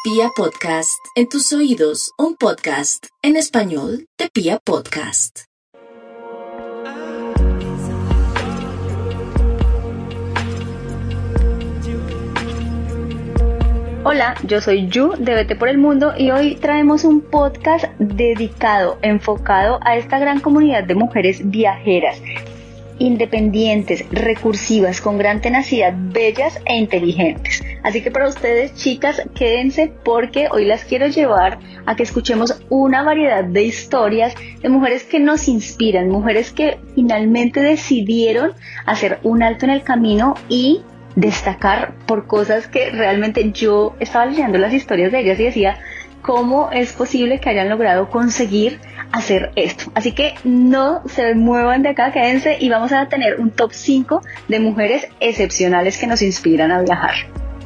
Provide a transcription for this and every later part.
Pia Podcast, en tus oídos, un podcast en español de Pia Podcast. Hola, yo soy Yu de Vete por el Mundo y hoy traemos un podcast dedicado, enfocado a esta gran comunidad de mujeres viajeras, independientes, recursivas, con gran tenacidad, bellas e inteligentes. Así que para ustedes, chicas, quédense porque hoy las quiero llevar a que escuchemos una variedad de historias de mujeres que nos inspiran, mujeres que finalmente decidieron hacer un alto en el camino y destacar por cosas que realmente yo estaba leyendo las historias de ellas y decía, ¿cómo es posible que hayan logrado conseguir hacer esto? Así que no se muevan de acá, quédense y vamos a tener un top 5 de mujeres excepcionales que nos inspiran a viajar.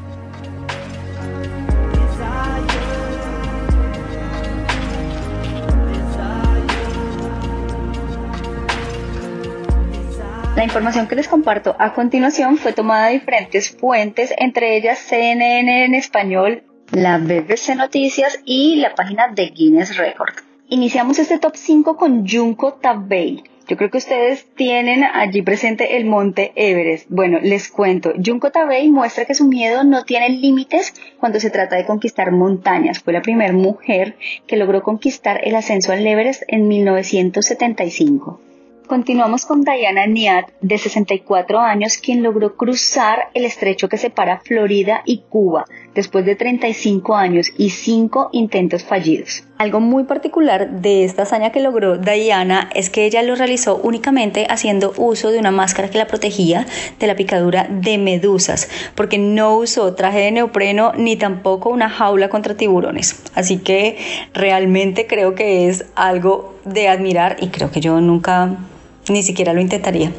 La información que les comparto a continuación fue tomada de diferentes fuentes, entre ellas CNN en español, la BBC Noticias y la página de Guinness Record. Iniciamos este top 5 con Junko Tabei. Yo creo que ustedes tienen allí presente el monte Everest. Bueno, les cuento. Junko Tabei muestra que su miedo no tiene límites cuando se trata de conquistar montañas. Fue la primera mujer que logró conquistar el ascenso al Everest en 1975. Continuamos con Diana Niat, de 64 años, quien logró cruzar el estrecho que separa Florida y Cuba después de 35 años y 5 intentos fallidos. Algo muy particular de esta hazaña que logró Diana es que ella lo realizó únicamente haciendo uso de una máscara que la protegía de la picadura de medusas, porque no usó traje de neopreno ni tampoco una jaula contra tiburones. Así que realmente creo que es algo de admirar y creo que yo nunca ni siquiera lo intentaría.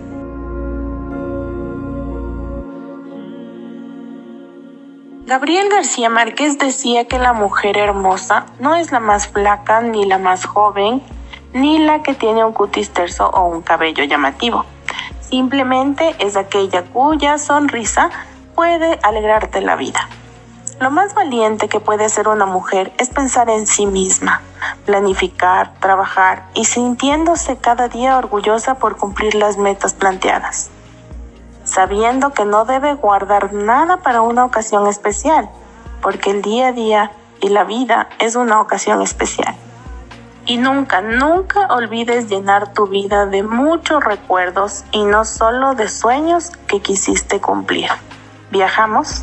Gabriel García Márquez decía que la mujer hermosa no es la más flaca, ni la más joven, ni la que tiene un cutis terso o un cabello llamativo. Simplemente es aquella cuya sonrisa puede alegrarte la vida. Lo más valiente que puede hacer una mujer es pensar en sí misma, planificar, trabajar y sintiéndose cada día orgullosa por cumplir las metas planteadas, sabiendo que no debe guardar nada para una ocasión especial, porque el día a día y la vida es una ocasión especial. Y nunca, nunca olvides llenar tu vida de muchos recuerdos y no solo de sueños que quisiste cumplir. ¿Viajamos?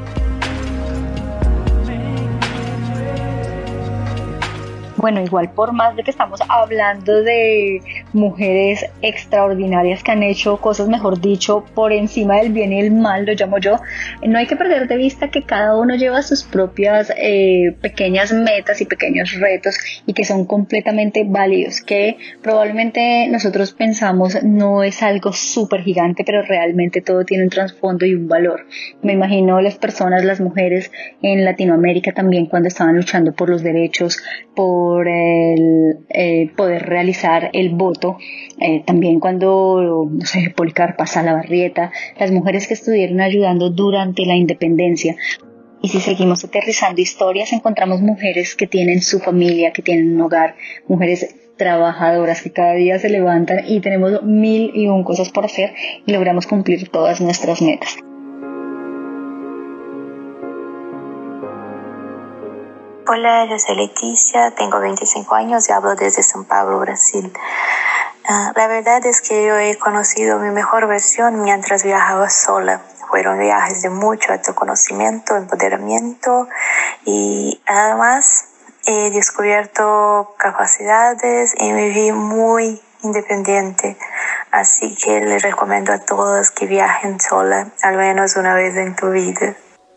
Bueno, igual por más de que estamos hablando de mujeres extraordinarias que han hecho cosas, mejor dicho, por encima del bien y el mal, lo llamo yo, no hay que perder de vista que cada uno lleva sus propias pequeñas metas y pequeños retos y que son completamente válidos, que probablemente nosotros pensamos no es algo súper gigante, pero realmente todo tiene un trasfondo y un valor. Me imagino las personas, las mujeres en Latinoamérica también cuando estaban luchando por los derechos, por el poder realizar el voto, también cuando, no sé, Policarpa, Salabarrieta, las mujeres que estuvieron ayudando durante la independencia. Y si seguimos aterrizando historias, encontramos mujeres que tienen su familia, que tienen un hogar, mujeres trabajadoras que cada día se levantan y tenemos 1001 cosas por hacer y logramos cumplir todas nuestras metas. Hola, yo soy Leticia, tengo 25 años y hablo desde São Paulo, Brasil. La verdad es que yo he conocido mi mejor versión mientras viajaba sola. Fueron viajes de mucho autoconocimiento, empoderamiento y además he descubierto capacidades y me vi muy independiente. Así que les recomiendo a todos que viajen sola al menos una vez en tu vida.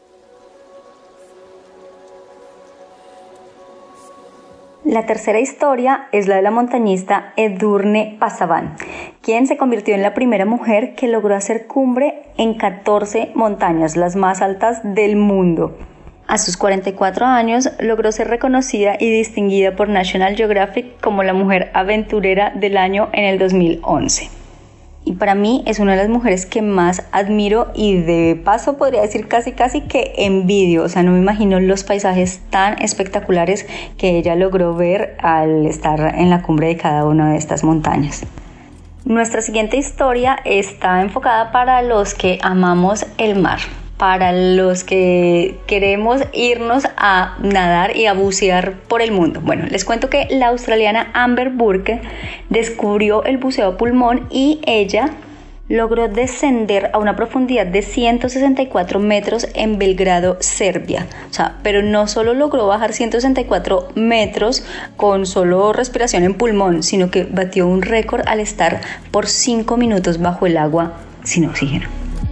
La tercera historia es la de la montañista Edurne Pasaban, quien se convirtió en la primera mujer que logró hacer cumbre en 14 montañas, las más altas del mundo. A sus 44 años logró ser reconocida y distinguida por National Geographic como la mujer aventurera del año en el 2011. y para mí es una de las mujeres que más admiro y de paso podría decir casi que envidio. O sea, no me imagino los paisajes tan espectaculares que ella logró ver al estar en la cumbre de cada una de estas montañas. Nuestra siguiente historia está enfocada para los que amamos el mar, para los que queremos irnos a nadar y a bucear por el mundo. Bueno, les cuento que la australiana Amber Burke descubrió el buceo a pulmón y ella logró descender a una profundidad de 164 metros en Belgrado, Serbia. O sea, pero no solo logró bajar 164 metros con solo respiración en pulmón, sino que batió un récord al estar por 5 minutos bajo el agua sin oxígeno.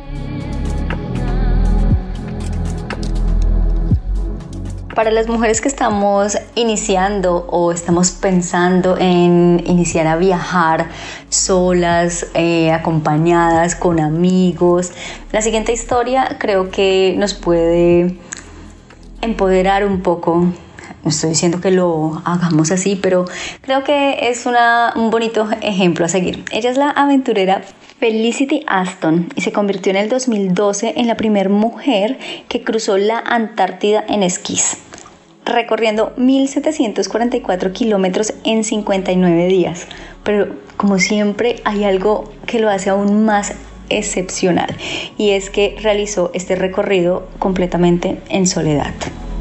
Para las mujeres que estamos iniciando o estamos pensando en iniciar a viajar solas, acompañadas, con amigos, la siguiente historia creo que nos puede empoderar un poco. No estoy diciendo que lo hagamos así, pero creo que es un bonito ejemplo a seguir. Ella es la aventurera Felicity Aston y se convirtió en el 2012 en la primera mujer que cruzó la Antártida en esquís, recorriendo 1.744 kilómetros en 59 días. Pero como siempre hay algo que lo hace aún más excepcional, y es que realizó este recorrido completamente en soledad.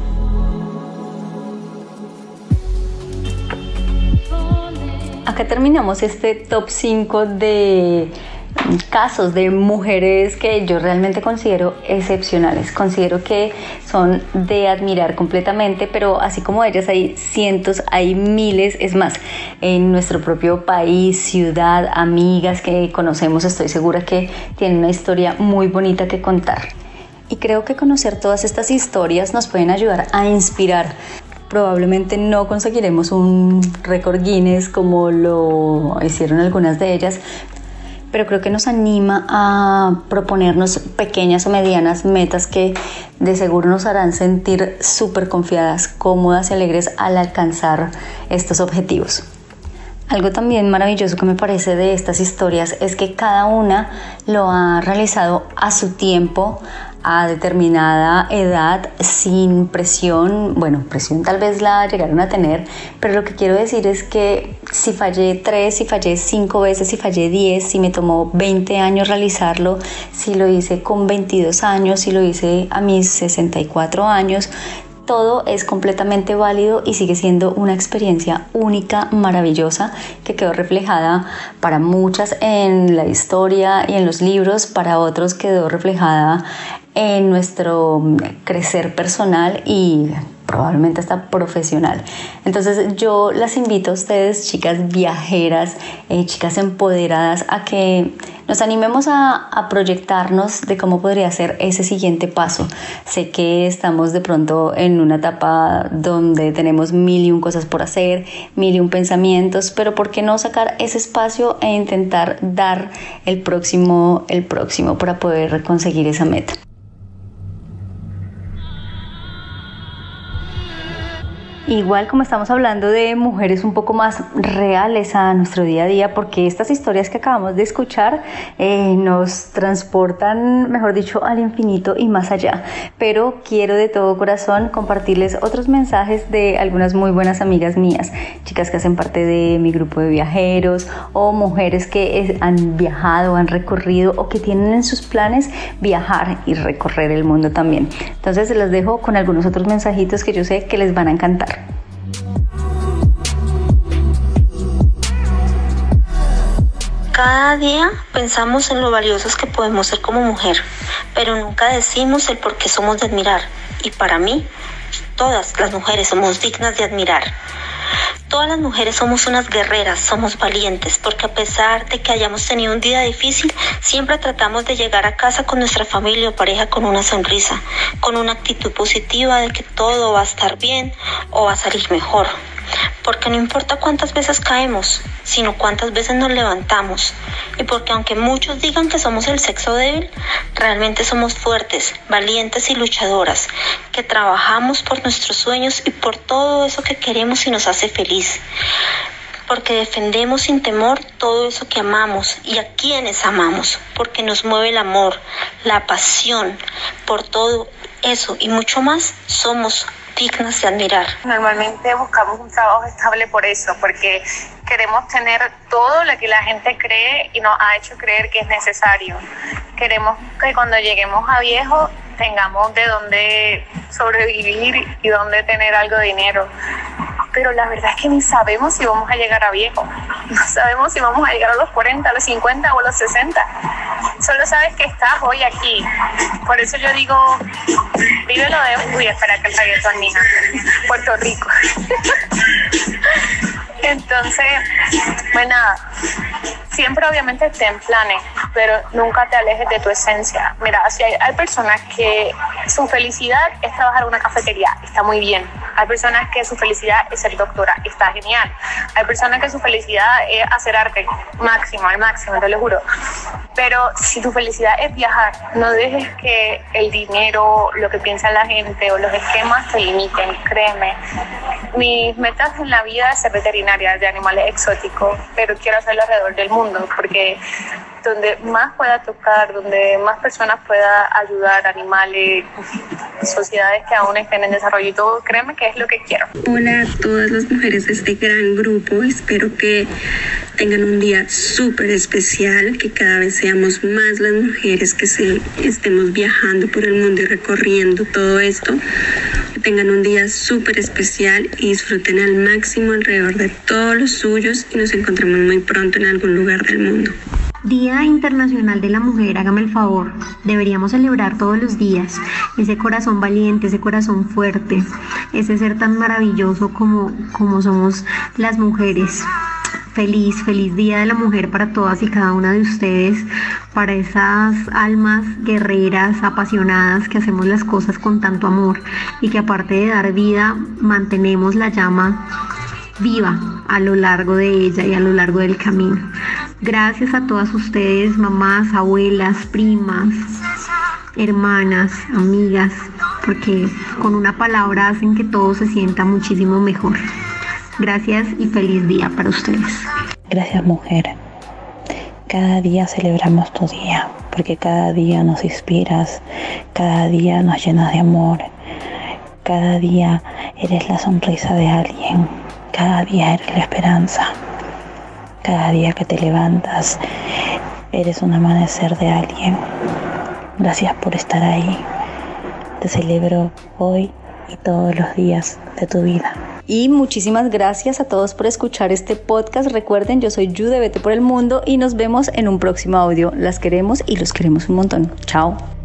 Acá terminamos este top 5 de casos de mujeres que yo realmente considero excepcionales. Considero que son de admirar completamente, pero así como ellas hay cientos, hay miles, es más, en nuestro propio país, ciudad, amigas que conocemos, estoy segura que tienen una historia muy bonita que contar. Y creo que conocer todas estas historias nos pueden ayudar a inspirar. Probablemente no conseguiremos un récord Guinness como lo hicieron algunas de ellas, pero creo que nos anima a proponernos pequeñas o medianas metas que de seguro nos harán sentir súper confiadas, cómodas y alegres al alcanzar estos objetivos. Algo también maravilloso que me parece de estas historias es que cada una lo ha realizado a su tiempo, a determinada edad, sin presión. Bueno, presión tal vez la llegaron a tener, pero lo que quiero decir es que si fallé 3, si fallé 5 veces, si fallé 10, si me tomó 20 años realizarlo, si lo hice con 22 años, si lo hice a mis 64 años, todo es completamente válido y sigue siendo una experiencia única, maravillosa, que quedó reflejada para muchas en la historia y en los libros, para otros quedó reflejada en nuestro crecer personal y probablemente hasta profesional. Entonces yo las invito a ustedes, chicas viajeras, chicas empoderadas, a que nos animemos a proyectarnos de cómo podría ser ese siguiente paso. Sé que estamos de pronto en una etapa donde tenemos 1001 cosas por hacer, 1001 pensamientos, pero ¿por qué no sacar ese espacio e intentar dar el próximo para poder conseguir esa meta? Igual como estamos hablando de mujeres un poco más reales a nuestro día a día, porque estas historias que acabamos de escuchar nos transportan, mejor dicho, al infinito y más allá. Pero quiero de todo corazón compartirles otros mensajes de algunas muy buenas amigas mías, chicas que hacen parte de mi grupo de viajeros o mujeres que han viajado, han recorrido o que tienen en sus planes viajar y recorrer el mundo también. Entonces les dejo con algunos otros mensajitos que yo sé que les van a encantar. Cada día pensamos en lo valiosos que podemos ser como mujer, pero nunca decimos el por qué somos de admirar. Y para mí, todas las mujeres somos dignas de admirar. Todas las mujeres somos unas guerreras, somos valientes, porque a pesar de que hayamos tenido un día difícil, siempre tratamos de llegar a casa con nuestra familia o pareja con una sonrisa, con una actitud positiva de que todo va a estar bien o va a salir mejor. Porque no importa cuántas veces caemos, sino cuántas veces nos levantamos. Y porque aunque muchos digan que somos el sexo débil, realmente somos fuertes, valientes y luchadoras, que trabajamos por nuestros sueños y por todo eso que queremos y nos hace feliz. porque defendemos sin temor todo eso que amamos y a quienes amamos, porque nos mueve el amor, la pasión, por todo eso y mucho más, somos dignas de admirar. Normalmente buscamos un trabajo estable por eso, porque queremos tener todo lo que la gente cree y nos ha hecho creer que es necesario. Queremos que cuando lleguemos a viejo tengamos de dónde sobrevivir y dónde tener algo de dinero. Pero la verdad es que ni sabemos si vamos a llegar a viejo. No sabemos si vamos a llegar a los 40, a los 50 o a los 60. Solo sabes que estás hoy aquí. Por eso yo digo, vívelo de... Uy, espera que el reggaetón, mija. Puerto Rico. Entonces, pues nada, siempre obviamente ten planes, pero nunca te alejes de tu esencia. Mira, si hay personas que su felicidad es trabajar en una cafetería, está muy bien. Hay personas que su felicidad es ser doctora, está genial. Hay personas que su felicidad es hacer arte, al máximo, te lo juro. Pero si tu felicidad es viajar, no dejes que el dinero, lo que piensa la gente o los esquemas te limiten, créeme. Mis metas en la vida es ser veterinaria de animales exóticos, pero quiero hacerlo alrededor del mundo, porque donde más pueda tocar, donde más personas pueda ayudar, animales, sociedades que aún estén en desarrollo y todo, créeme que es lo que quiero. Hola a todas las mujeres de este gran grupo, espero que tengan un día súper especial, que cada vez seamos más las mujeres que estemos viajando por el mundo y recorriendo todo esto, que tengan un día súper especial y disfruten al máximo alrededor de todos los suyos y nos encontremos muy pronto en algún lugar del mundo. Día Internacional de la Mujer, hágame el favor, deberíamos celebrar todos los días ese corazón valiente, ese corazón fuerte, ese ser tan maravilloso como somos las mujeres. Feliz Día de la Mujer para todas y cada una de ustedes, para esas almas guerreras, apasionadas, que hacemos las cosas con tanto amor y que aparte de dar vida, mantenemos la llama viva a lo largo de ella y a lo largo del camino. Gracias a todas ustedes, mamás, abuelas, primas, hermanas, amigas, porque con una palabra hacen que todo se sienta muchísimo mejor. Gracias y feliz día para ustedes. Gracias, mujer. Cada día celebramos tu día, porque cada día nos inspiras, cada día nos llenas de amor, cada día eres la sonrisa de alguien, cada día eres la esperanza. Cada día que te levantas, eres un amanecer de alguien. Gracias por estar ahí. Te celebro hoy y todos los días de tu vida. Y muchísimas gracias a todos por escuchar este podcast. Recuerden, yo soy Yu de Vete por el Mundo y nos vemos en un próximo audio. Las queremos y los queremos un montón. Chao.